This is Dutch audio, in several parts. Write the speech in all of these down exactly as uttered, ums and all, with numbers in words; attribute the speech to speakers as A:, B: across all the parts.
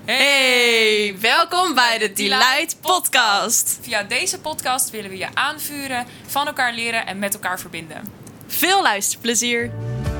A: Hey, welkom bij de Delight Podcast.
B: Via deze podcast willen we je aanvuren, van elkaar leren en met elkaar verbinden.
A: Veel luisterplezier.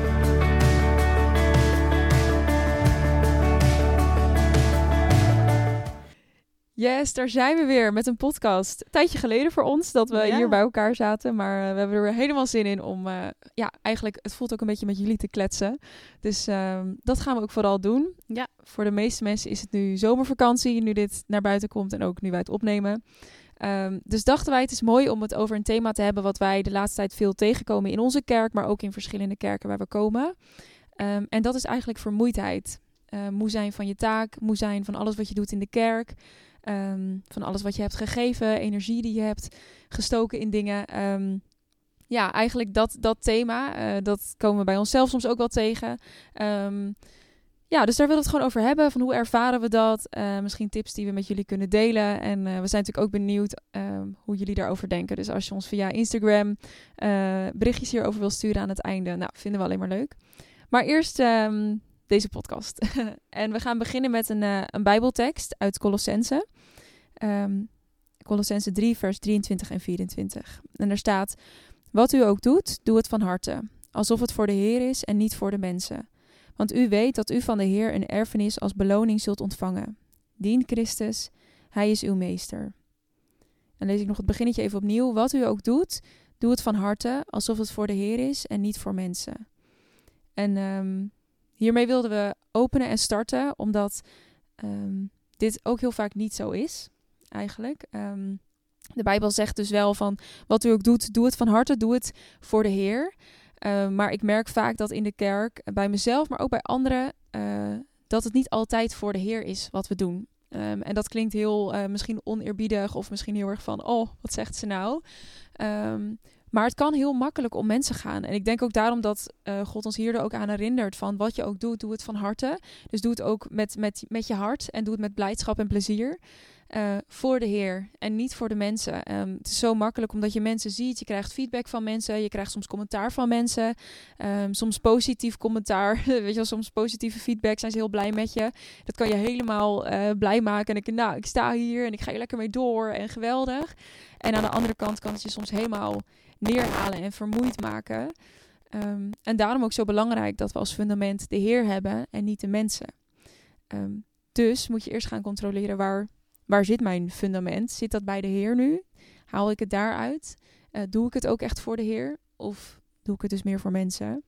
C: Yes, daar zijn we weer met een podcast. Een tijdje geleden voor ons dat we
A: Ja.
C: hier bij elkaar zaten. Maar uh, we hebben er weer helemaal zin in om... Uh, ja, eigenlijk, het voelt ook een beetje met jullie te kletsen. Dus uh, dat gaan we ook vooral doen.
A: Ja.
C: Voor de meeste mensen is het nu zomervakantie, nu dit naar buiten komt en ook nu wij het opnemen. Um, dus dachten wij, het is mooi om het over een thema te hebben wat wij de laatste tijd veel tegenkomen in onze kerk, maar ook in verschillende kerken waar we komen. Um, en dat is eigenlijk vermoeidheid. Uh, moe zijn van je taak, moe zijn van alles wat je doet in de kerk. Um, van alles wat je hebt gegeven, energie die je hebt gestoken in dingen. Um, ja, eigenlijk dat, dat thema, uh, dat komen we bij onszelf soms ook wel tegen. Um, ja, dus daar willen we het gewoon over hebben. Van hoe ervaren we dat? Uh, misschien tips die we met jullie kunnen delen. En uh, we zijn natuurlijk ook benieuwd uh, hoe jullie daarover denken. Dus als je ons via Instagram uh, berichtjes hierover wil sturen aan het einde. Nou, vinden we alleen maar leuk. Maar eerst... Um, deze podcast. En we gaan beginnen met een, uh, een Bijbeltekst uit Colossense. Um, Colossense drie, vers drieëntwintig en vierentwintig. En er staat: wat u ook doet, doe het van harte, alsof het voor de Heer is en niet voor de mensen. Want u weet dat u van de Heer een erfenis als beloning zult ontvangen. Dien Christus, Hij is uw meester. En lees ik nog het beginnetje even opnieuw. Wat u ook doet, doe het van harte, alsof het voor de Heer is en niet voor mensen. En... Um, Hiermee wilden we openen en starten, omdat um, dit ook heel vaak niet zo is, eigenlijk. Um, de Bijbel zegt dus wel van, wat u ook doet, doe het van harte, doe het voor de Heer. Uh, maar ik merk vaak dat in de kerk, bij mezelf, maar ook bij anderen, uh, dat het niet altijd voor de Heer is wat we doen. Um, en dat klinkt heel uh, misschien oneerbiedig of misschien heel erg van, oh, wat zegt ze nou? Um, Maar het kan heel makkelijk om mensen gaan. En ik denk ook daarom dat uh, God ons hier er ook aan herinnert van wat je ook doet, doe het van harte. Dus doe het ook met, met, met je hart en doe het met blijdschap en plezier. Uh, voor de Heer en niet voor de mensen. Um, het is zo makkelijk omdat je mensen ziet. Je krijgt feedback van mensen. Je krijgt soms commentaar van mensen. Um, soms positief commentaar. Weet je wel, soms positieve feedback. Zijn ze heel blij met je. Dat kan je helemaal uh, blij maken. En ik, nou, ik sta hier en ik ga hier lekker mee door. En geweldig. En aan de andere kant kan het je soms helemaal neerhalen en vermoeid maken. Um, en daarom ook zo belangrijk dat we als fundament de Heer hebben en niet de mensen. Um, dus moet je eerst gaan controleren waar... Waar zit mijn fundament? Zit dat bij de Heer nu? Haal ik het daaruit? Uh, doe ik het ook echt voor de Heer? Of doe ik het dus meer voor mensen?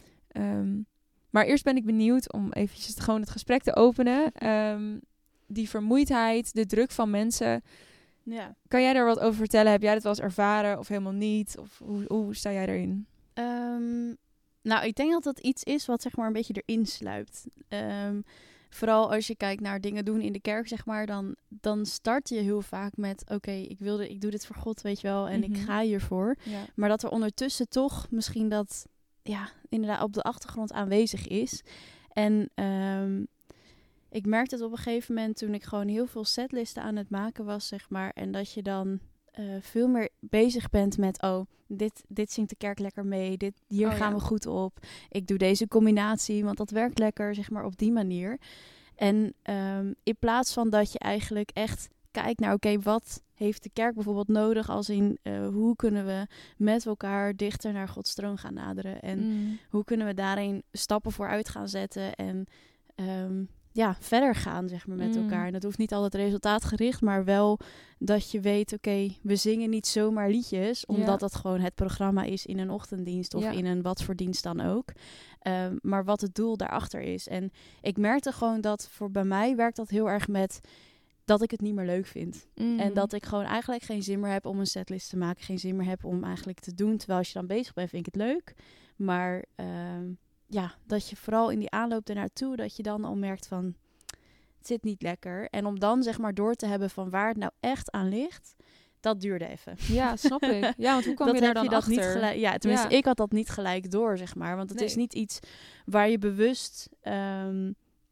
C: Um, maar eerst ben ik benieuwd om eventjes gewoon het gesprek te openen. Um, die vermoeidheid, de druk van mensen.
D: Ja.
C: Kan jij daar wat over vertellen? Heb jij dat wel eens ervaren of helemaal niet? Of hoe, hoe sta jij daarin?
D: Um, nou, ik denk dat dat iets is wat zeg maar een beetje erin sluipt. Um, Vooral als je kijkt naar dingen doen in de kerk, zeg maar, dan, dan start je heel vaak met, oké, okay, ik wilde, ik doe dit voor God, weet je wel, en mm-hmm. ik ga hiervoor.
C: Ja.
D: Maar dat er ondertussen toch misschien dat, ja, inderdaad op de achtergrond aanwezig is. En um, ik merkte het op een gegeven moment toen ik gewoon heel veel setlisten aan het maken was, zeg maar, en dat je dan uh, veel meer bezig bent met, oh, dit, dit zingt de kerk lekker mee, dit, hier
C: oh,
D: gaan
C: ja.
D: we goed op. Ik doe deze combinatie, want dat werkt lekker, zeg maar, op die manier. En um, in plaats van dat je eigenlijk echt kijkt naar, oké, okay, wat heeft de kerk bijvoorbeeld nodig, als in uh, hoe kunnen we met elkaar dichter naar Gods troon gaan naderen en
C: Mm.
D: hoe kunnen we daarin stappen vooruit gaan zetten en um, ja, verder gaan, zeg maar, met
C: Mm.
D: elkaar. En dat hoeft niet altijd resultaatgericht, maar wel dat je weet, oké, okay, we zingen niet zomaar liedjes, omdat
C: Ja.
D: dat gewoon het programma is in een ochtenddienst of
C: Ja.
D: in een wat voor dienst dan ook. Um, maar wat het doel daarachter is. En ik merkte gewoon dat voor bij mij werkt dat heel erg met dat ik het niet meer leuk vind.
C: Mm.
D: En dat ik gewoon eigenlijk geen zin meer heb om een setlist te maken, geen zin meer heb om eigenlijk te doen. Terwijl als je dan bezig bent, vind ik het leuk. Maar um, ja, dat je vooral in die aanloop ernaartoe, dat je dan al merkt van, het zit niet lekker. En om dan zeg maar door te hebben van waar het nou echt aan ligt, dat duurde even.
C: Ja, snap ik. Ja, want hoe kwam
D: dat
C: je daar
D: heb
C: dan
D: je dat
C: achter?
D: niet gelijk. Ja, tenminste,
C: Ja.
D: ik had dat niet gelijk door, zeg maar. Want het
C: Nee.
D: is niet iets waar je bewust um,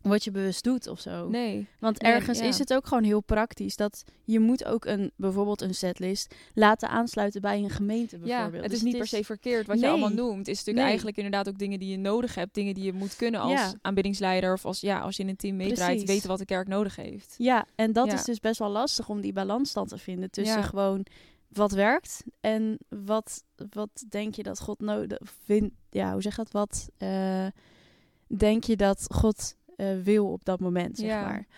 D: wat je bewust doet of zo.
C: Nee.
D: Want
C: Nee,
D: ergens
C: ja.
D: is het ook gewoon heel praktisch. Dat je moet ook een, bijvoorbeeld een setlist laten aansluiten bij een gemeente
C: Ja,
D: bijvoorbeeld.
C: het is
D: Dus
C: niet per se verkeerd wat je
D: Nee.
C: allemaal noemt. Het is natuurlijk
D: Nee.
C: eigenlijk inderdaad ook dingen die je nodig hebt. Dingen die je moet kunnen als
D: Ja.
C: aanbiddingsleider. Of als, ja, als je in een team meedraait.
D: Precies.
C: Weten wat de kerk nodig heeft.
D: Ja, en dat
C: Ja.
D: is dus best wel lastig om die balans dan te vinden tussen
C: Ja.
D: gewoon wat werkt en wat, wat denk je dat God nodig vindt. Ja, hoe zeg je dat? Wat eh, denk je dat God eh, wil op dat moment, zeg
C: Ja.
D: maar.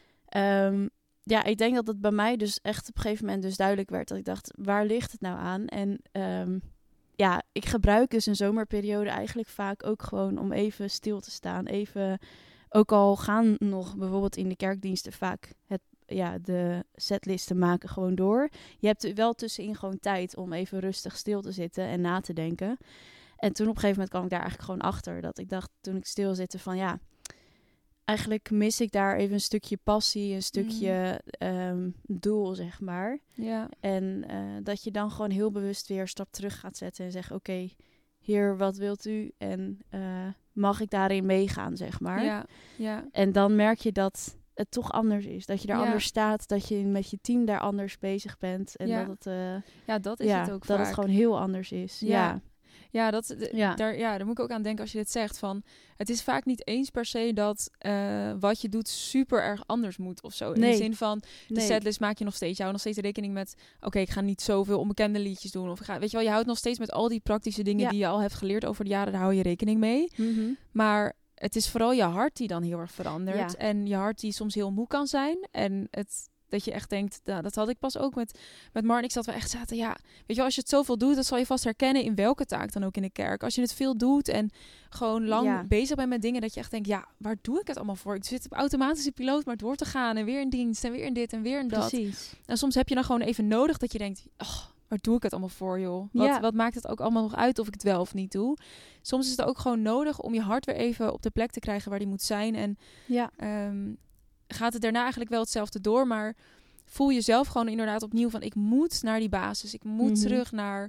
D: Ehm, ja, ik denk dat het bij mij dus echt op een gegeven moment dus duidelijk werd dat ik dacht, waar ligt het nou aan? En ehm, ja, ik gebruik dus een zomerperiode eigenlijk vaak ook gewoon om even stil te staan. Even, ook al gaan nog bijvoorbeeld in de kerkdiensten vaak het, ja, de setlisten maken gewoon door. Je hebt wel tussenin gewoon tijd om even rustig stil te zitten en na te denken. En toen op een gegeven moment kwam ik daar eigenlijk gewoon achter. Dat ik dacht, toen ik stil zette van ja, eigenlijk mis ik daar even een stukje passie, een stukje ehm, doel, zeg maar.
C: Ja.
D: En eh, dat je dan gewoon heel bewust weer een stap terug gaat zetten en zegt, oké, okay, Heer, wat wilt u? En uh, mag ik daarin meegaan, zeg maar.
C: Ja. Ja.
D: En dan merk je dat het toch anders is. Dat je daar
C: Ja.
D: anders staat, dat je met je team daar anders bezig bent. En
C: Ja.
D: dat het, uh,
C: Ja, dat is
D: ja,
C: het ook
D: dat
C: vaak.
D: het gewoon heel anders is.
C: Ja.
D: Ja.
C: Ja, dat, d-
D: Ja.
C: Daar, ja, daar moet ik ook aan denken als je dit zegt. Van, het is vaak niet eens per se dat uh, wat je doet super erg anders moet of zo. In
D: Nee.
C: de zin van, de
D: Nee.
C: setlist maak je nog steeds. Je houdt nog steeds rekening met, oké, okay, ik ga niet zoveel onbekende liedjes doen. Of ik ga, weet je wel, je houdt nog steeds met al die praktische dingen
D: Ja.
C: die je al hebt geleerd over de jaren. Daar hou je rekening mee.
D: Mm-hmm.
C: Maar het is vooral je hart die dan heel erg verandert.
D: Ja.
C: En je hart die soms heel moe kan zijn. En het... Dat je echt denkt, nou, dat had ik pas ook met, met Mar en ik, dat we echt zaten, ja, weet je wel, als je het zoveel doet, dat zal je vast herkennen in welke taak dan ook in de kerk. Als je het veel doet en gewoon lang
D: Ja.
C: bezig bent met dingen, dat je echt denkt, ja, waar doe ik het allemaal voor? Ik zit op automatische piloot maar door te gaan en weer in dienst en weer in dit en weer in dat.
D: Precies.
C: En soms heb je dan gewoon even nodig dat je denkt, oh, waar doe ik het allemaal voor, joh? Wat,
D: Ja.
C: wat maakt het ook allemaal nog uit of ik het wel of niet doe? Soms is het ook gewoon nodig om je hart weer even op de plek te krijgen waar die moet zijn. En
D: Ja.
C: um, gaat het daarna eigenlijk wel hetzelfde door, maar voel jezelf gewoon inderdaad opnieuw van, ik moet naar die basis. Ik moet
D: Mm-hmm.
C: terug naar,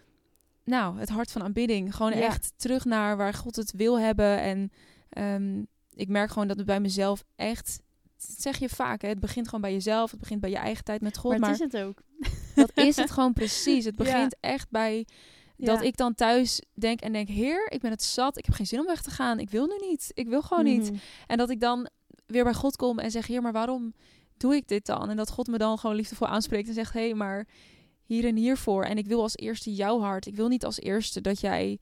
C: nou, het hart van aanbidding. Gewoon
D: Ja.
C: echt terug naar waar God het wil hebben. En um, ik merk gewoon dat het bij mezelf echt, dat zeg je vaak, hè, het begint gewoon bij jezelf. Het begint bij je eigen tijd met God.
D: Maar
C: Maar,
D: het is het ook.
C: dat is het gewoon precies. Het
D: Ja.
C: begint echt bij dat
D: Ja.
C: ik dan thuis denk en denk, Heer, ik ben het zat. Ik heb geen zin om weg te gaan. Ik wil nu niet. Ik wil gewoon niet.
D: Mhm.
C: En dat ik dan weer bij God kom en zeg, Heer, maar waarom doe ik dit dan? En dat God me dan gewoon liefdevol aanspreekt en zegt, hé, hey, maar hier en hiervoor. En ik wil als eerste jouw hart. Ik wil niet als eerste dat jij,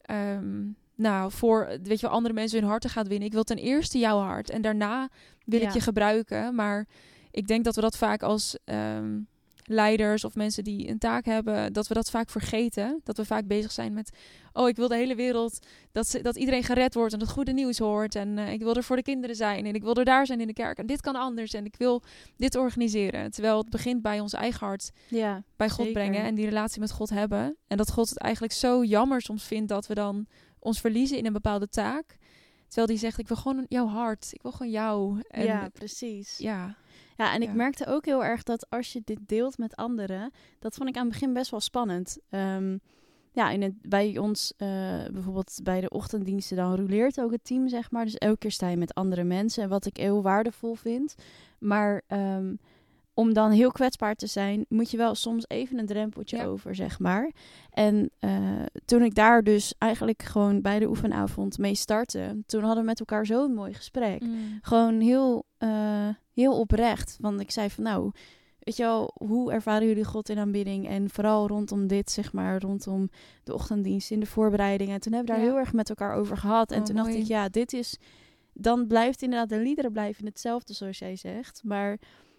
C: um, nou, voor, weet je wel, andere mensen hun harten gaat winnen. Ik wil ten eerste jouw hart. En daarna wil
D: Ja.
C: ik je gebruiken. Maar ik denk dat we dat vaak als um, leiders of mensen die een taak hebben, dat we dat vaak vergeten. Dat we vaak bezig zijn met, oh, ik wil de hele wereld, dat, ze, dat iedereen gered wordt en het goede nieuws hoort. En uh, ik wil er voor de kinderen zijn en ik wil er daar zijn in de kerk. En dit kan anders en ik wil dit organiseren. Terwijl het begint bij ons eigen hart
D: Ja,
C: bij God
D: zeker.
C: brengen en die relatie met God hebben. En dat God het eigenlijk zo jammer soms vindt dat we dan ons verliezen in een bepaalde taak. Terwijl die zegt, ik wil gewoon jouw hart. Ik wil gewoon jou. En
D: ja, precies.
C: ja.
D: Ja, en ik
C: Ja.
D: merkte ook heel erg dat als je dit deelt met anderen, dat vond ik aan het begin best wel spannend. Um, ja, in het, bij ons, uh, bijvoorbeeld bij de ochtenddiensten, dan rouleert ook het team, zeg maar. Dus elke keer sta je met andere mensen, en wat ik heel waardevol vind. Maar um, om dan heel kwetsbaar te zijn, moet je wel soms even een drempeltje
C: Ja.
D: over, zeg maar. En uh, toen ik daar dus eigenlijk gewoon bij de oefenavond mee startte, toen hadden we met elkaar zo'n mooi gesprek.
C: Mm.
D: Gewoon heel, uh, heel oprecht. Want ik zei van nou, weet je wel, hoe ervaren jullie God in aanbidding? En vooral rondom dit, zeg maar, rondom de ochtenddienst, in de voorbereidingen. En toen hebben we daar
C: Ja.
D: heel erg met elkaar over gehad. En
C: Oh,
D: toen dacht
C: mooi.
D: ik, ja, dit is, dan blijft inderdaad, de liederen blijven hetzelfde zoals jij zegt. Maar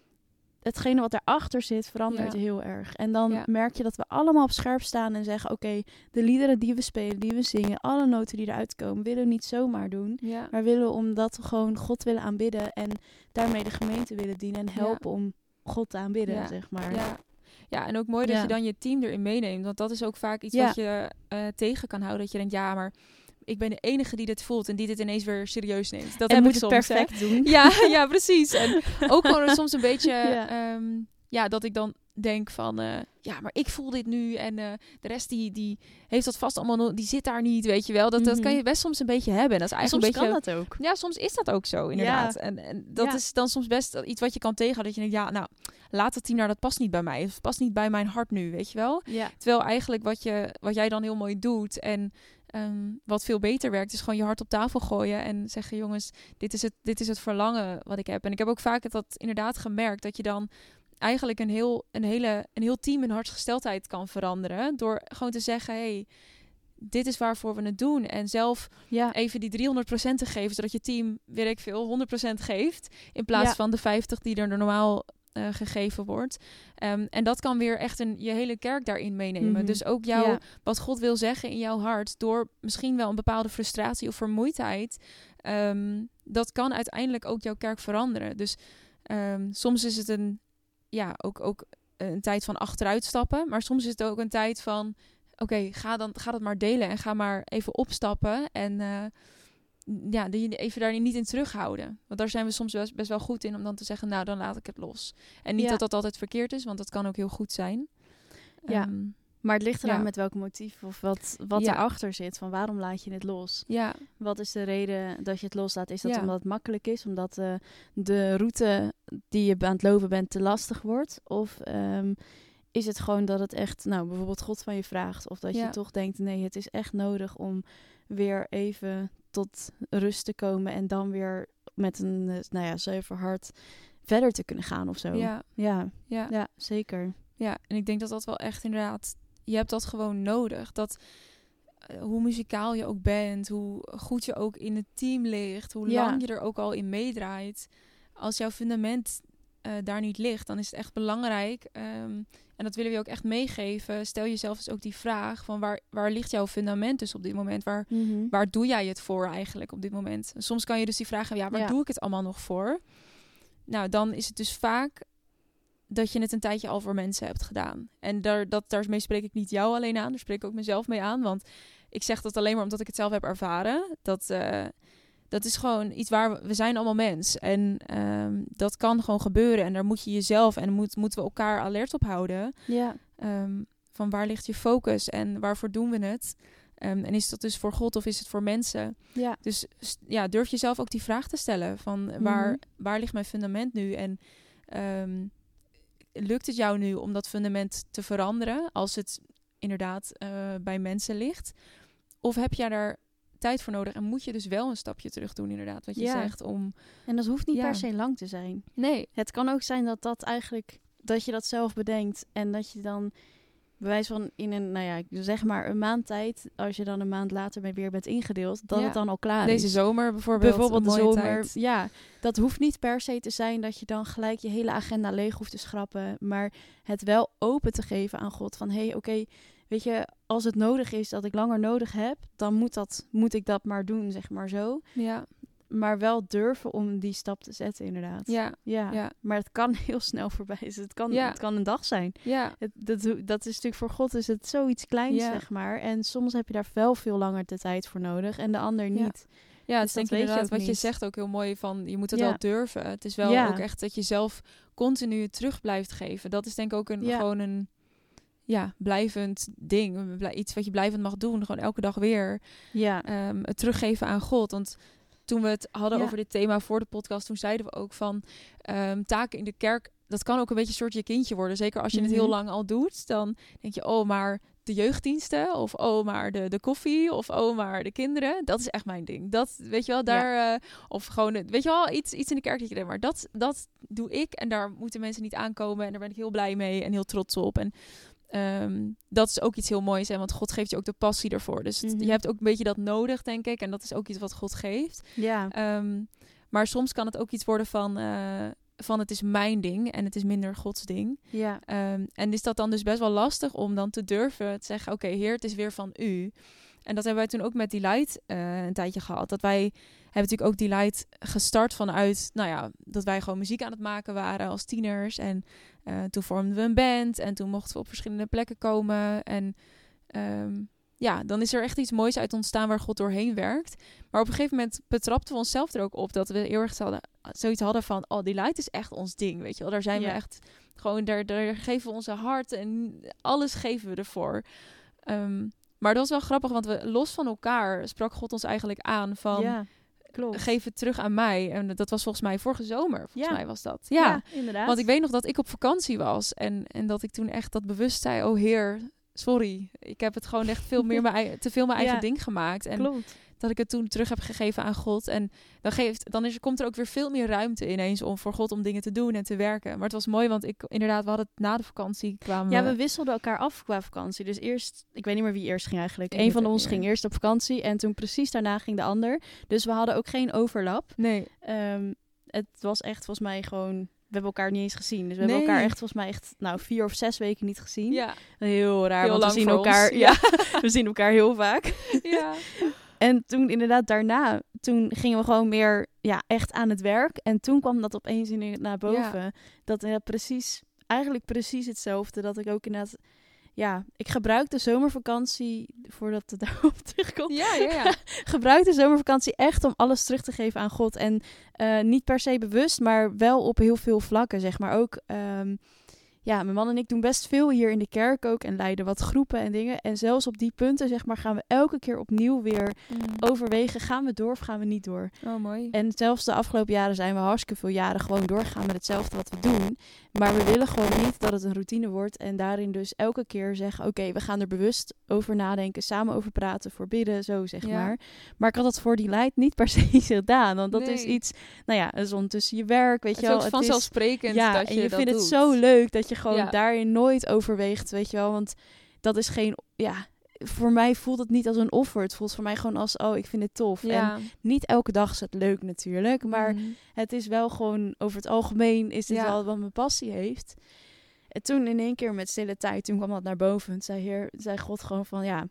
D: hetgene wat erachter zit, verandert
C: Ja.
D: heel erg. En dan
C: Ja.
D: merk je dat we allemaal op scherp staan en zeggen, oké, okay, de liederen die we spelen, die we zingen, alle noten die eruit komen, willen we niet zomaar doen.
C: Ja.
D: Maar willen we omdat we gewoon God willen aanbidden en daarmee de gemeente willen dienen en helpen om God te aanbidden,
C: Ja.
D: zeg maar.
C: Ja. Ja, en ook mooi dat
D: Ja.
C: je dan je team erin meeneemt. Want dat is ook vaak iets
D: Ja.
C: wat je uh, tegen kan houden. Dat je denkt, ja, maar ik ben de enige die dit voelt en die dit ineens weer serieus neemt. Dat
D: en
C: heb
D: moet
C: ik
D: het
C: soms,
D: perfect
C: hè.
D: doen.
C: Ja, ja, precies. En ook gewoon soms een beetje,
D: Ja.
C: ja. Um, ja, dat ik dan denk van, uh, ja, maar ik voel dit nu en uh, de rest die, die heeft dat vast allemaal nog, die zit daar niet, weet je wel. Dat, mm-hmm. dat kan je best soms een beetje hebben. Dat is eigenlijk
D: soms
C: een beetje,
D: kan dat ook.
C: Ja, soms is dat ook zo, inderdaad. Ja. En, en dat ja. is dan soms best iets wat je kan tegenhouden. Dat je denkt, ja, nou, laat het team, nou, dat past niet bij mij. Het past niet bij mijn hart nu, weet je wel.
D: Ja.
C: Terwijl eigenlijk wat, je, wat jij dan heel mooi doet en um, wat veel beter werkt, is gewoon je hart op tafel gooien en zeggen, jongens, dit is het, dit is het verlangen wat ik heb. En ik heb ook vaak dat inderdaad gemerkt, dat je dan eigenlijk een heel, een hele, een heel team in hartsgesteldheid kan veranderen. Door gewoon te zeggen, hey, dit is waarvoor we het doen. En zelf ja. even die driehonderd procent te geven, zodat je team, weet ik veel, honderd procent geeft. In plaats ja. van de vijftig die er normaal uh, gegeven wordt. Um, en dat kan weer echt een, je hele kerk daarin meenemen. Mm-hmm. Dus ook jouw, ja. wat God wil zeggen in jouw hart, door misschien wel een bepaalde frustratie of vermoeidheid, um, dat kan uiteindelijk ook jouw kerk veranderen. Dus um, soms is het een ja, ook, ook een tijd van achteruit stappen. Maar soms is het ook een tijd van, oké, okay, ga dan ga dat maar delen en ga maar even opstappen. En uh, ja, die even daar niet in terughouden. Want daar zijn we soms best, best wel goed in om dan te zeggen, nou, dan laat ik het los. En niet ja. dat dat altijd verkeerd is, want dat kan ook heel goed zijn.
D: Ja,
C: um,
D: maar het ligt eraan
C: ja.
D: met welk motief of wat, wat
C: ja.
D: erachter zit. Van waarom laat je het los?
C: Ja.
D: Wat is de reden dat je het loslaat? Is dat
C: ja.
D: omdat het makkelijk is? Omdat uh, de route die je aan het lopen bent te lastig wordt? Of um, is het gewoon dat het echt, nou, bijvoorbeeld God van je vraagt? Of dat ja. je toch denkt, nee, het is echt nodig om weer even tot rust te komen en dan weer met een, nou ja, zuiver hart verder te kunnen gaan of zo.
C: Ja.
D: Ja.
C: Ja.
D: ja, zeker.
C: Ja, en ik denk dat dat wel echt inderdaad, je hebt dat gewoon nodig. Dat uh, hoe muzikaal je ook bent, hoe goed je ook in het team ligt, hoe
D: ja.
C: lang je er ook al in meedraait. Als jouw fundament uh, daar niet ligt, dan is het echt belangrijk. Um, en dat willen we je ook echt meegeven. Stel jezelf dus ook die vraag van waar, waar ligt jouw fundament dus op dit moment? Waar,
D: mm-hmm.
C: waar doe jij het voor eigenlijk op dit moment? En soms kan je dus die vraag hebben, ja, waar ja. doe ik het allemaal nog voor? Nou, dan is het dus vaak dat je het een tijdje al voor mensen hebt gedaan. En daar, dat, daarmee spreek ik niet jou alleen aan. Daar spreek ik ook mezelf mee aan. Want ik zeg dat alleen maar omdat ik het zelf heb ervaren. Dat, uh, dat is gewoon iets waar we... We zijn allemaal mens. En um, dat kan gewoon gebeuren. En daar moet je jezelf... En moet, moeten we elkaar alert op houden.
D: Ja.
C: Um, van waar ligt je focus? En waarvoor doen we het? Um, en is dat dus voor God of is het voor mensen?
D: Ja.
C: Dus ja, durf jezelf ook die vraag te stellen. Van mm-hmm. waar, waar ligt mijn fundament nu? En... Um, lukt het jou nu om dat fundament te veranderen als het inderdaad uh, bij mensen ligt? Of heb jij daar tijd voor nodig en moet je dus wel een stapje terug doen inderdaad, wat je
D: ja.
C: zegt om...
D: En dat hoeft niet
C: ja.
D: per se lang te zijn.
C: Nee.
D: Het kan ook zijn dat dat eigenlijk, dat je dat zelf bedenkt en dat je dan bij wijze van in een, nou ja, zeg maar een maand tijd, als je dan een maand later mee weer bent ingedeeld, dat
C: ja.
D: het dan al klaar
C: Deze
D: is.
C: Deze zomer bijvoorbeeld.
D: Bijvoorbeeld de zomer.
C: Tijd.
D: Ja, dat hoeft niet per se te zijn dat je dan gelijk je hele agenda leeg hoeft te schrappen, maar het wel open te geven aan God van, hé, hey, oké, okay, weet je, als het nodig is dat ik langer nodig heb, dan moet, dat, moet ik dat maar doen, zeg maar zo.
C: Ja.
D: Maar wel durven om die stap te zetten, inderdaad.
C: Ja.
D: Ja.
C: ja.
D: Maar het kan heel snel voorbij. Dus het, kan,
C: ja.
D: het kan een dag zijn.
C: Ja.
D: Het, dat, dat is natuurlijk voor God is het zoiets kleins, ja. zeg maar. En soms heb je daar wel veel langer de tijd voor nodig. En de ander niet.
C: Ja, ja
D: dus
C: het is denk ik inderdaad wat niet. Je zegt ook heel mooi van, je moet het ja. wel durven. Het is wel ja. ook echt dat je zelf continu terug blijft geven. Dat is denk ik ook een, ja. gewoon een ja, blijvend ding. Iets wat je blijvend mag doen. Gewoon elke dag weer
D: ja.
C: um, het teruggeven aan God. Want toen we het hadden ja. over dit thema voor de podcast, toen zeiden we ook van um, taken in de kerk, dat kan ook een beetje een soort je kindje worden. Zeker als je mm-hmm. het heel lang al doet, dan denk je, oh, maar de jeugddiensten, of oh, maar de, de koffie, of oh, maar de kinderen. Dat is echt mijn ding. Dat, weet je wel, daar, ja. uh, of gewoon, weet je wel, iets, iets in de kerk dat je denkt, maar dat, dat doe ik en daar moeten mensen niet aankomen en daar ben ik heel blij mee en heel trots op. En Um, dat is ook iets heel moois, hè? Want God geeft je ook de passie ervoor. Dus mm-hmm. je hebt ook een beetje dat nodig, denk ik. En dat is ook iets wat God geeft.
D: Ja.
C: Um, maar soms kan het ook iets worden van, uh, van het is mijn ding en het is minder Gods ding.
D: Ja.
C: Um, en is dat dan dus best wel lastig om dan te durven te zeggen, oké, okay, Heer, het is weer van u. En dat hebben wij toen ook met Delight uh, een tijdje gehad. Dat wij hebben natuurlijk ook Delight gestart vanuit, nou ja, dat wij gewoon muziek aan het maken waren als tieners. En uh, toen vormden we een band en toen mochten we op verschillende plekken komen. En um, ja, dan is er echt iets moois uit ontstaan waar God doorheen werkt. Maar op een gegeven moment betrapten we onszelf er ook op dat we heel erg hadden, zoiets hadden van, oh, die light is echt ons ding, weet je wel. Daar zijn
D: Ja.
C: we echt gewoon, daar, daar geven we onze hart en alles geven we ervoor. Um, maar dat was wel grappig, want we los van elkaar sprak God ons eigenlijk aan van,
D: ja, klopt.
C: geef het terug aan mij. En dat was volgens mij vorige zomer, volgens
D: Ja.
C: mij was dat. Ja,
D: Ja, inderdaad.
C: want ik weet nog dat ik op vakantie was en, en dat ik toen echt dat bewust zei, oh Heer, sorry, ik heb het gewoon echt veel meer mijn eigen, te veel mijn eigen
D: Ja.
C: ding gemaakt. En
D: Klopt.
C: dat ik het toen terug heb gegeven aan God. En dan, geeft, dan is, er- komt er ook weer veel meer ruimte ineens om voor God om dingen te doen en te werken. Maar het was mooi, want ik inderdaad, we hadden het na de vakantie kwamen
D: Ja,
C: we...
D: we wisselden elkaar af qua vakantie. Dus eerst, ik weet niet meer wie eerst ging eigenlijk.
C: Ik
D: Eén
C: weet
D: van
C: het
D: ons
C: niet
D: ging
C: meer.
D: eerst op vakantie en toen precies daarna ging de ander. Dus we hadden ook geen overlap.
C: Nee,
D: Ehm, het was echt volgens mij gewoon... We hebben elkaar niet eens gezien. Dus we hebben
C: Nee.
D: elkaar echt volgens mij echt nou, vier of zes weken niet gezien.
C: ja.
D: Heel raar,
C: Heel
D: want we
C: lang
D: zien
C: voor
D: elkaar.
C: ons.
D: Ja, we zien elkaar heel vaak.
C: ja.
D: En toen inderdaad daarna, toen gingen we gewoon meer ja, echt aan het werk. En toen kwam dat opeens in, naar boven. Dat inderdaad precies, eigenlijk precies hetzelfde. Dat ik ook inderdaad, ja, ik gebruik de zomervakantie, voordat het daarop terugkomt.
C: Ja, ja, ja.
D: Gebruik de zomervakantie echt om alles terug te geven aan God. En uh, niet per se bewust, maar wel op heel veel vlakken, zeg maar. Ook, um, ja, mijn man en ik doen best veel hier in de kerk ook en leiden wat groepen en dingen. En zelfs op die punten, zeg maar, gaan we elke keer opnieuw weer
C: Mm.
D: overwegen. Gaan we door of gaan we niet door?
C: Oh, mooi.
D: En zelfs de afgelopen jaren zijn we hartstikke veel jaren gewoon doorgegaan met hetzelfde wat we doen. Maar we willen gewoon niet dat het een routine wordt. En daarin dus elke keer zeggen, oké, okay, we gaan er bewust over nadenken, samen over praten, voor bidden, zo zeg
C: Ja.
D: maar. Maar ik had dat voor die Light niet per se gedaan. Want dat
C: Nee.
D: is iets, nou ja, dat is ondertussen je werk, weet
C: Het
D: je
C: is
D: wel.
C: ook vanzelfsprekend
D: ja,
C: dat je
D: en je
C: dat
D: vindt
C: doet.
D: het zo leuk dat je gewoon
C: Ja.
D: daarin nooit overweegt, weet je wel. Want dat is geen, ja... Voor mij voelt het niet als een offer. Het voelt voor mij gewoon als, oh, ik vind het tof.
C: Ja.
D: En niet elke dag is het leuk natuurlijk. Maar
C: Mm.
D: het is wel gewoon, over het algemeen is dit
C: Ja.
D: wel wat mijn passie heeft. En toen in één keer met stille tijd, toen kwam dat naar boven. Toen zei, heer, zei God gewoon van, ja,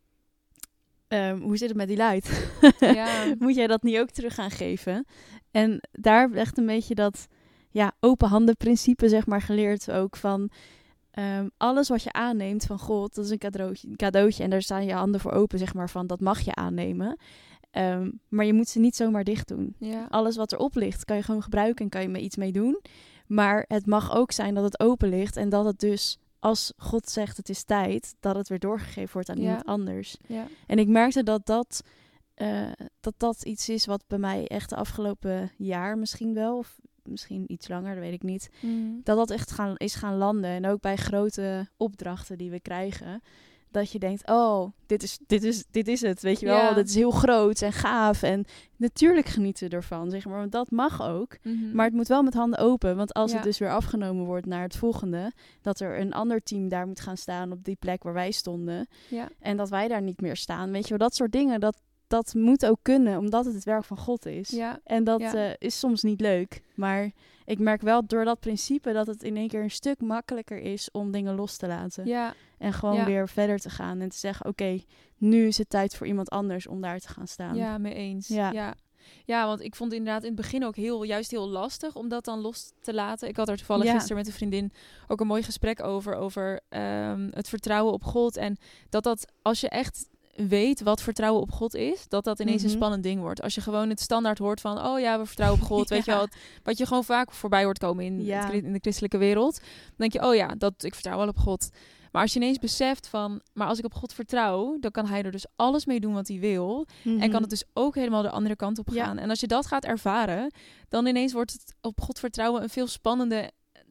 D: um, hoe zit het met die luid?
C: Ja.
D: Moet jij dat niet ook terug gaan geven? En daar heb ik echt een beetje dat, ja, open handen principe, zeg maar, geleerd ook van... Um, alles wat je aanneemt van God, dat is een cadeautje, een cadeautje en daar staan je handen voor open, zeg maar, van dat mag je aannemen. Um, maar je moet ze niet zomaar dicht doen.
C: Ja.
D: Alles wat erop ligt, kan je gewoon gebruiken en kan je er iets mee doen. Maar het mag ook zijn dat het open ligt en dat het dus, als God zegt het is tijd, dat het weer doorgegeven wordt aan
C: Ja.
D: iemand anders.
C: Ja.
D: En ik merkte dat dat, uh, dat dat iets is wat bij mij echt de afgelopen jaar misschien wel, of misschien iets langer, dat weet ik niet,
C: Mm.
D: dat dat echt gaan, is gaan landen. En ook bij grote opdrachten die we krijgen, dat je denkt, oh, dit is, dit is, dit is het, weet je wel.
C: Ja.
D: Dit is heel groot en gaaf. En natuurlijk genieten we ervan, zeg maar. Want dat mag ook.
C: Mm-hmm.
D: Maar het moet wel met handen open. Want als
C: Ja.
D: het dus weer afgenomen wordt naar het volgende, dat er een ander team daar moet gaan staan op die plek waar wij stonden.
C: Ja.
D: En dat wij daar niet meer staan. Weet je wel, dat soort dingen, dat, dat moet ook kunnen, omdat het het werk van God is.
C: Ja.
D: En dat
C: Ja.
D: uh, is soms niet leuk. Maar ik merk wel door dat principe dat het in één keer een stuk makkelijker is om dingen los te laten.
C: Ja.
D: En gewoon
C: Ja.
D: weer verder te gaan. En te zeggen, oké, okay, nu is het tijd voor iemand anders om daar te gaan staan.
C: Ja, mee eens.
D: Ja.
C: Ja. Ja, want ik vond het inderdaad in het begin ook heel, juist heel lastig om dat dan los te laten. Ik had er toevallig
D: Ja.
C: gisteren met een vriendin ook een mooi gesprek over, over um, het vertrouwen op God. En dat dat, als je echt weet wat vertrouwen op God is, dat dat ineens
D: Mhm.
C: een spannend ding wordt. Als je gewoon het standaard hoort van, oh ja, we vertrouwen op God, weet je
D: Ja.
C: wel, het- wat je gewoon vaak voorbij hoort komen in,
D: Ja.
C: het chri- in de christelijke wereld. Dan denk je, oh ja, dat, ik vertrouw wel op God. Maar als je ineens beseft van, maar als ik op God vertrouw, dan kan hij er dus alles mee doen wat hij wil.
D: Mhm.
C: En kan het dus ook helemaal de andere kant op
D: Ja.
C: gaan. En als je dat gaat ervaren, dan ineens wordt het op God vertrouwen een veel spannende,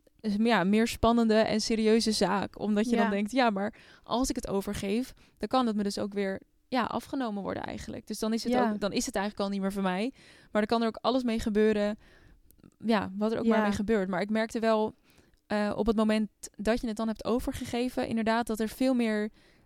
C: ja, meer spannende en serieuze zaak. Omdat je
D: Ja.
C: dan denkt, ja, maar als ik het overgeef, dan kan het me dus ook weer ja, afgenomen worden eigenlijk. Dus dan is het
D: Ja.
C: ook, dan is het eigenlijk al niet meer voor mij. Maar dan kan er ook alles mee gebeuren. Ja, wat er ook
D: Ja.
C: maar mee gebeurt. Maar ik merkte wel uh, op het moment dat je het dan hebt overgegeven, inderdaad, dat er veel meer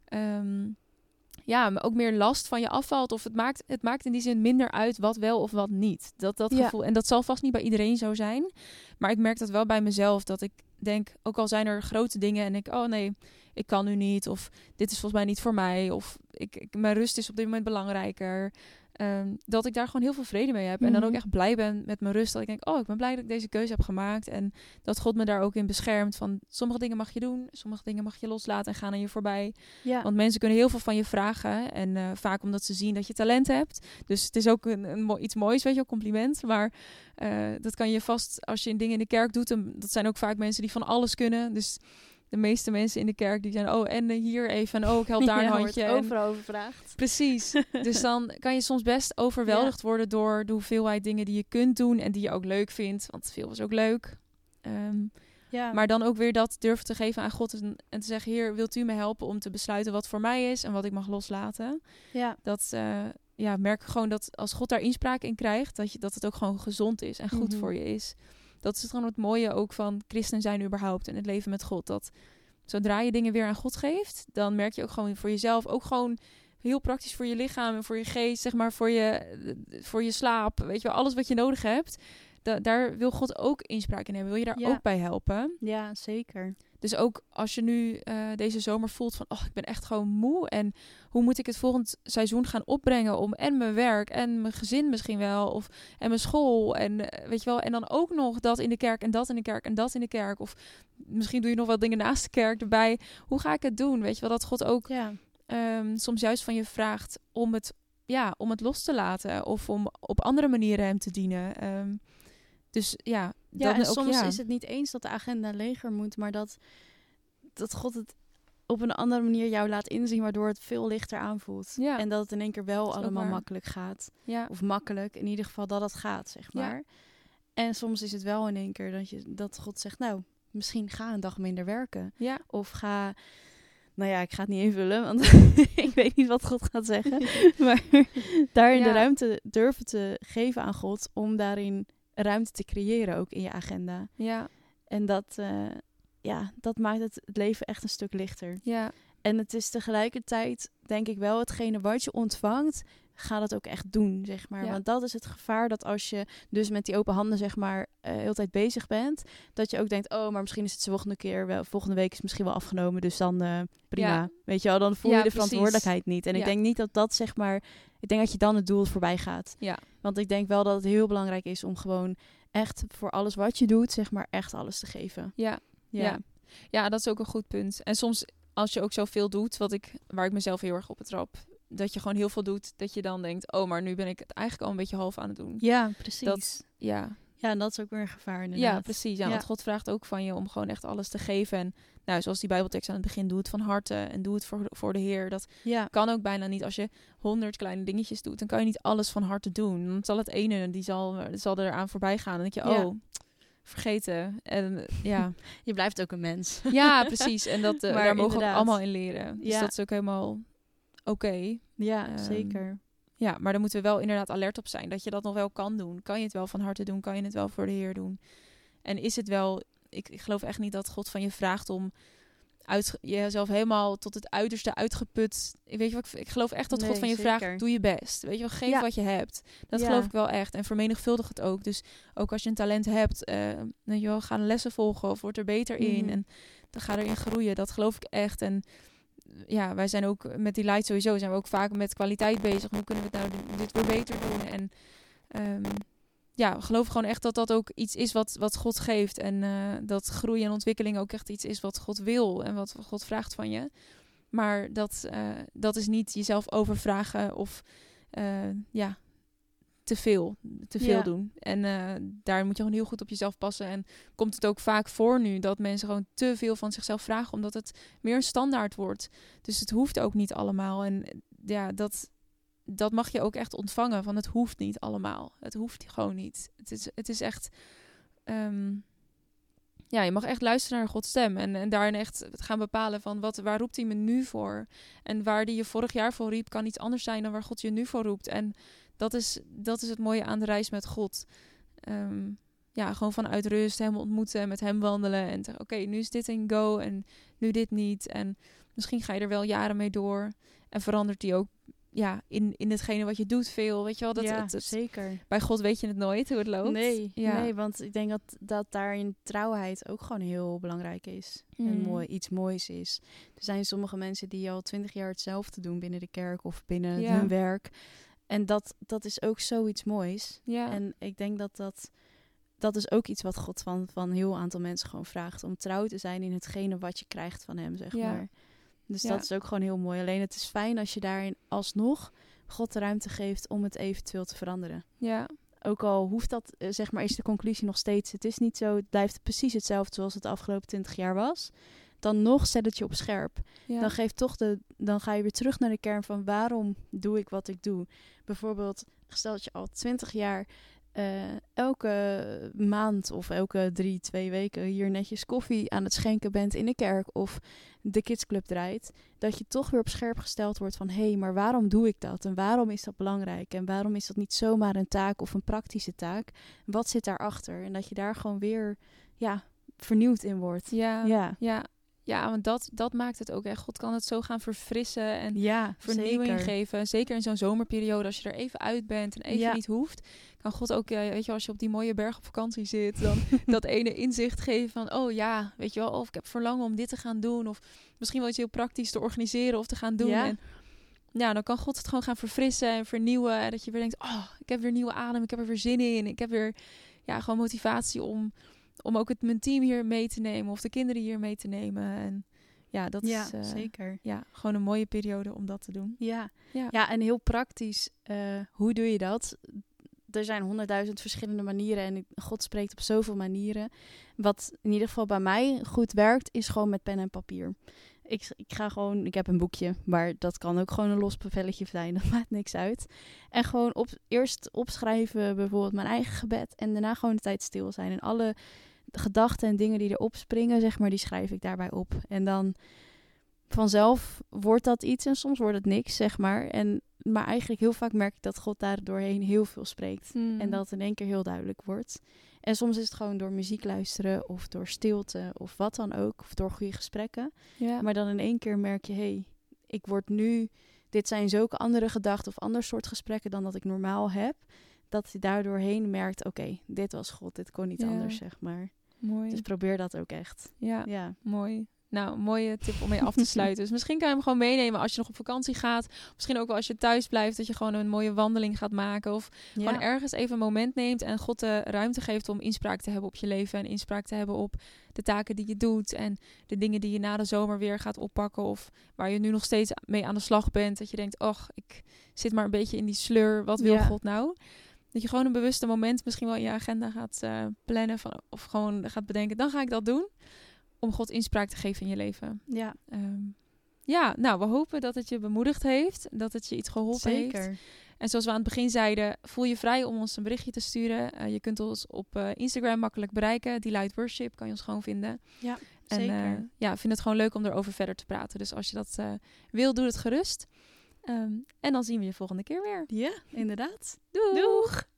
C: um, ja, ook meer last van je afvalt. Of het maakt, het maakt in die zin minder uit wat wel of wat niet. Dat, dat
D: Ja.
C: gevoel. En dat zal vast niet bij iedereen zo zijn. Maar ik merk dat wel bij mezelf. Dat ik denk, ook al zijn er grote dingen en ik, oh nee, ik kan nu niet. Of dit is volgens mij niet voor mij. Of ik, ik, mijn rust is op dit moment belangrijker. Um, dat ik daar gewoon heel veel vrede mee heb.
D: Mm-hmm.
C: En dan ook echt blij ben met mijn rust. Dat ik denk, oh, ik ben blij dat ik deze keuze heb gemaakt. En dat God me daar ook in beschermt. Van sommige dingen mag je doen. Sommige dingen mag je loslaten en gaan aan je voorbij.
D: Ja.
C: Want mensen kunnen heel veel van je vragen. En uh, vaak omdat ze zien dat je talent hebt. Dus het is ook een, een mo- iets moois, weet je, een compliment. Maar uh, dat kan je vast, als je in dingen in de kerk doet. En dat zijn ook vaak mensen die van alles kunnen. Dus de meeste mensen in de kerk die zijn, oh, en hier even, en oh, ik help daar
D: ja,
C: een handje.
D: wordt
C: En
D: overal overvraagd.
C: precies. Dus dan kan je soms best overweldigd ja. worden door de hoeveelheid dingen die je kunt doen en die je ook leuk vindt. Want veel is ook leuk. Um, ja. Maar dan ook weer dat durven te geven aan God en, en te zeggen, Heer, wilt u me helpen om te besluiten wat voor mij is en wat ik mag loslaten?
D: Ja.
C: Dat uh, ja, merk gewoon dat als God daar inspraak in krijgt, dat, je, dat het ook gewoon gezond is en goed mm-hmm. voor je is. Dat is gewoon het mooie ook van christen zijn überhaupt en het leven met God. Dat zodra je dingen weer aan God geeft, dan merk je ook gewoon voor jezelf, ook gewoon heel praktisch voor je lichaam en voor je geest, zeg maar, voor je, voor je slaap. Weet je wel, alles wat je nodig hebt, da- daar wil God ook inspraak in hebben. Wil je daar ja. ook bij helpen?
D: Ja, zeker.
C: Dus ook als je nu uh, deze zomer voelt van, oh, ik ben echt gewoon moe. En hoe moet ik het volgend seizoen gaan opbrengen om en mijn werk en mijn gezin misschien wel. Of en mijn school. En uh, weet je wel, en dan ook nog dat in de kerk en dat in de kerk en dat in de kerk. Of misschien doe je nog wel dingen naast de kerk erbij. Hoe ga ik het doen? Weet je wel, dat God ook ja. um, soms juist van je vraagt om het, ja, om het los te laten. Of om op andere manieren hem te dienen. Um, Dus ja,
D: ja en
C: ook,
D: soms
C: ja.
D: is het niet eens dat de agenda leger moet, maar dat, dat God het op een andere manier jou laat inzien, waardoor het veel lichter aanvoelt.
C: Ja.
D: En dat het in één keer wel allemaal
C: waar.
D: makkelijk gaat.
C: Ja.
D: Of makkelijk, in ieder geval dat het gaat, zeg maar. Ja. En soms is het wel in één keer dat, je, dat God zegt, nou, misschien ga een dag minder werken.
C: Ja.
D: Of ga... Nou ja, ik ga het niet invullen, want ik weet niet wat God gaat zeggen. Maar daarin ja. de ruimte durven te geven aan God om daarin ruimte te creëren ook in je agenda.
C: Ja.
D: En dat, uh, ja, dat maakt het, het leven echt een stuk lichter.
C: Ja.
D: En het is tegelijkertijd, denk ik wel, hetgene wat je ontvangt, ga dat ook echt doen, zeg maar. Ja. Want dat is het gevaar, dat als je dus met die open handen, zeg maar, uh, heel tijd bezig bent, dat je ook denkt, oh, maar misschien is het de volgende keer wel, volgende week is het misschien wel afgenomen, dus dan uh, prima. Ja. Weet je wel, dan voel je ja, de precies. verantwoordelijkheid niet. En ja. ik denk niet dat dat, zeg maar, ik denk dat je dan het doel voorbij gaat.
C: Ja.
D: Want ik denk wel dat het heel belangrijk is om gewoon echt voor alles wat je doet, zeg maar, echt alles te geven.
C: Ja, ja. ja. ja dat is ook een goed punt. En soms, als je ook zoveel doet, wat ik, waar ik mezelf heel erg op betrap, dat je gewoon heel veel doet, dat je dan denkt, oh, maar nu ben ik het eigenlijk al een beetje half aan het doen.
D: Ja, precies.
C: Dat, ja.
D: ja, en dat is ook weer een gevaar inderdaad.
C: Ja, precies. Ja,
D: ja.
C: Want God vraagt ook van je om gewoon echt alles te geven. En nou, zoals die Bijbeltekst aan het begin, doe het van harte en doe het voor, voor de Heer. Dat
D: ja.
C: kan ook bijna niet. Als je honderd kleine dingetjes doet, dan kan je niet alles van harte doen. Dan zal het ene, die zal, zal er aan voorbij gaan. Dan denk je,
D: ja.
C: oh, vergeten. En ja.
D: Je blijft ook een mens.
C: Ja, precies. En dat, uh, daar mogen we ook allemaal in leren. Dus
D: ja.
C: dat is ook helemaal oké. Okay.
D: Ja, um,
C: um,
D: zeker.
C: Ja, maar daar moeten we wel inderdaad alert op zijn. Dat je dat nog wel kan doen. Kan je het wel van harte doen? Kan je het wel voor de Heer doen? En is het wel... Ik, ik geloof echt niet dat God van je vraagt om uit, jezelf helemaal tot het uiterste uitgeput... Ik, weet je wat, ik, ik geloof echt dat
D: nee,
C: God van je
D: zeker.
C: vraagt, doe je best. Weet je wel, geef
D: ja.
C: wat je hebt. Dat
D: ja.
C: geloof ik wel echt. En vermenigvuldig het ook. Dus ook als je een talent hebt, uh, weet je wel, ga lessen volgen of word er beter in.
D: Mm. En
C: dan ga erin groeien. Dat geloof ik echt. En ja, wij zijn ook met die Light sowieso, zijn we ook vaak met kwaliteit bezig. Hoe kunnen we het nou dit weer beter doen? En um, ja, we geloven gewoon echt dat dat ook iets is wat, wat God geeft. En uh, dat groei en ontwikkeling ook echt iets is wat God wil en wat God vraagt van je. Maar dat, uh, dat is niet jezelf overvragen of uh, ja, te veel, te veel ja. doen. En uh, daar moet je gewoon heel goed op jezelf passen. En komt het ook vaak voor nu dat mensen gewoon te veel van zichzelf vragen, omdat het meer een standaard wordt. Dus het hoeft ook niet allemaal. En ja, dat, dat mag je ook echt ontvangen. Van het hoeft niet allemaal. Het hoeft gewoon niet. Het is, het is echt... Um, ja, je mag echt luisteren naar Gods stem. En, en daarin echt gaan bepalen van wat, waar roept hij me nu voor? En waar die je vorig jaar voor riep, kan iets anders zijn dan waar God je nu voor roept. En dat is, dat is het mooie aan de reis met God. Um, ja, gewoon vanuit rust hem ontmoeten, met hem wandelen. En oké, okay, nu is dit een go en nu dit niet. En misschien ga je er wel jaren mee door. En verandert die ook ja, in, in hetgene wat je doet veel. Weet je wel, dat
D: ja,
C: het, het,
D: zeker.
C: Bij God weet je het nooit hoe het loopt.
D: Nee,
C: ja.
D: nee, want ik denk dat, dat daarin trouwheid ook gewoon heel belangrijk is.
C: Mm.
D: En mooi, iets moois is. Er zijn sommige mensen die al twintig jaar hetzelfde doen binnen de kerk of binnen
C: ja.
D: hun werk. En dat, dat is ook zoiets moois.
C: Ja.
D: En ik denk dat dat... Dat is ook iets wat God van, van een heel aantal mensen gewoon vraagt. Om trouw te zijn in hetgene wat je krijgt van hem, zeg
C: Ja.
D: maar. Dus
C: Ja.
D: dat is ook gewoon heel mooi. Alleen het is fijn als je daarin alsnog God de ruimte geeft om het eventueel te veranderen.
C: Ja.
D: Ook al hoeft dat, eh, zeg maar, is de conclusie nog steeds... Het is niet zo, het blijft precies hetzelfde zoals het de afgelopen twintig jaar was. Dan nog zet het je op scherp.
C: Ja.
D: Dan, geeft toch de, dan ga je weer terug naar de kern van waarom doe ik wat ik doe. Bijvoorbeeld, stel dat je al twintig jaar... Uh, elke maand of elke drie, twee weken hier netjes koffie aan het schenken bent in de kerk of de kidsclub draait, dat je toch weer op scherp gesteld wordt van hé, hey, maar waarom doe ik dat? En waarom is dat belangrijk? En waarom is dat niet zomaar een taak of een praktische taak? Wat zit daarachter? En dat je daar gewoon weer ja, vernieuwd in wordt.
C: Ja.
D: Ja,
C: Ja. Ja, want dat, dat maakt het ook echt. God kan het zo gaan verfrissen en
D: ja
C: vernieuwing
D: zeker.
C: geven. Zeker in zo'n zomerperiode, als je er even uit bent en even
D: Ja.
C: niet hoeft. Kan God ook, eh, weet je, als je op die mooie berg op vakantie zit, dan dat ene inzicht geven van, oh ja, weet je wel, of ik heb verlangen om dit te gaan doen. Of misschien wel iets heel praktisch te organiseren of te gaan doen.
D: Ja.
C: En ja, dan kan God het gewoon gaan verfrissen en vernieuwen. En dat je weer denkt, oh, ik heb weer nieuwe adem, ik heb er weer zin in. Ik heb weer, ja, gewoon motivatie om, om ook het, mijn team hier mee te nemen of de kinderen hier mee te nemen. En ja, dat
D: Ja,
C: is uh,
D: zeker.
C: ja, gewoon een mooie periode om dat te doen.
D: Ja,
C: Ja.
D: ja en heel praktisch, uh, hoe doe je dat? Er zijn honderdduizend verschillende manieren en God spreekt op zoveel manieren. Wat in ieder geval bij mij goed werkt, is gewoon met pen en papier. Ik, ik ga gewoon, ik heb een boekje, maar dat kan ook gewoon een los pavelletje zijn, dat maakt niks uit. En gewoon op, eerst opschrijven bijvoorbeeld mijn eigen gebed en daarna gewoon de tijd stil zijn. En alle gedachten en dingen die erop springen, zeg maar, die schrijf ik daarbij op. En dan vanzelf wordt dat iets en soms wordt het niks, zeg maar. En, maar eigenlijk heel vaak merk ik dat God daar doorheen heel veel spreekt.
C: Hmm.
D: En dat het in één keer heel duidelijk wordt. En soms is het gewoon door muziek luisteren of door stilte of wat dan ook. Of door goede gesprekken.
C: Ja.
D: Maar dan in één keer merk je, hé, hey, ik word nu... Dit zijn zulke andere gedachten of ander soort gesprekken dan dat ik normaal heb. Dat je daardoorheen merkt, oké, okay, dit was God, dit kon niet
C: Ja.
D: anders, zeg maar.
C: Mooi.
D: Dus probeer dat ook echt.
C: Ja,
D: Ja.
C: mooi. Nou, een mooie tip om mee af te sluiten. Dus misschien kan je hem gewoon meenemen als je nog op vakantie gaat. Misschien ook wel als je thuis blijft, dat je gewoon een mooie wandeling gaat maken. Of
D: Ja.
C: gewoon ergens even een moment neemt en God de ruimte geeft om inspraak te hebben op je leven. En inspraak te hebben op de taken die je doet. En de dingen die je na de zomer weer gaat oppakken. Of waar je nu nog steeds mee aan de slag bent. Dat je denkt, och, ik zit maar een beetje in die sleur. Wat wil
D: Ja.
C: God nou? Dat je gewoon een bewuste moment misschien wel in je agenda gaat uh, plannen. Van, of gewoon gaat bedenken, dan ga ik dat doen. Om God inspraak te geven in je leven.
D: Ja,
C: Um, ja, nou, we hopen dat het je bemoedigd heeft. Dat het je iets geholpen
D: zeker.
C: heeft. En zoals we aan het begin zeiden, voel je vrij om ons een berichtje te sturen. Uh, je kunt ons op uh, Instagram makkelijk bereiken. Delight Worship kan je ons gewoon vinden.
D: Ja,
C: en,
D: zeker.
C: Uh, ja, vind het gewoon leuk om erover verder te praten. Dus als je dat uh, wil, doe het gerust. Um, en dan zien we je volgende keer weer.
D: Ja, inderdaad.
C: Doeg!
D: Doeg!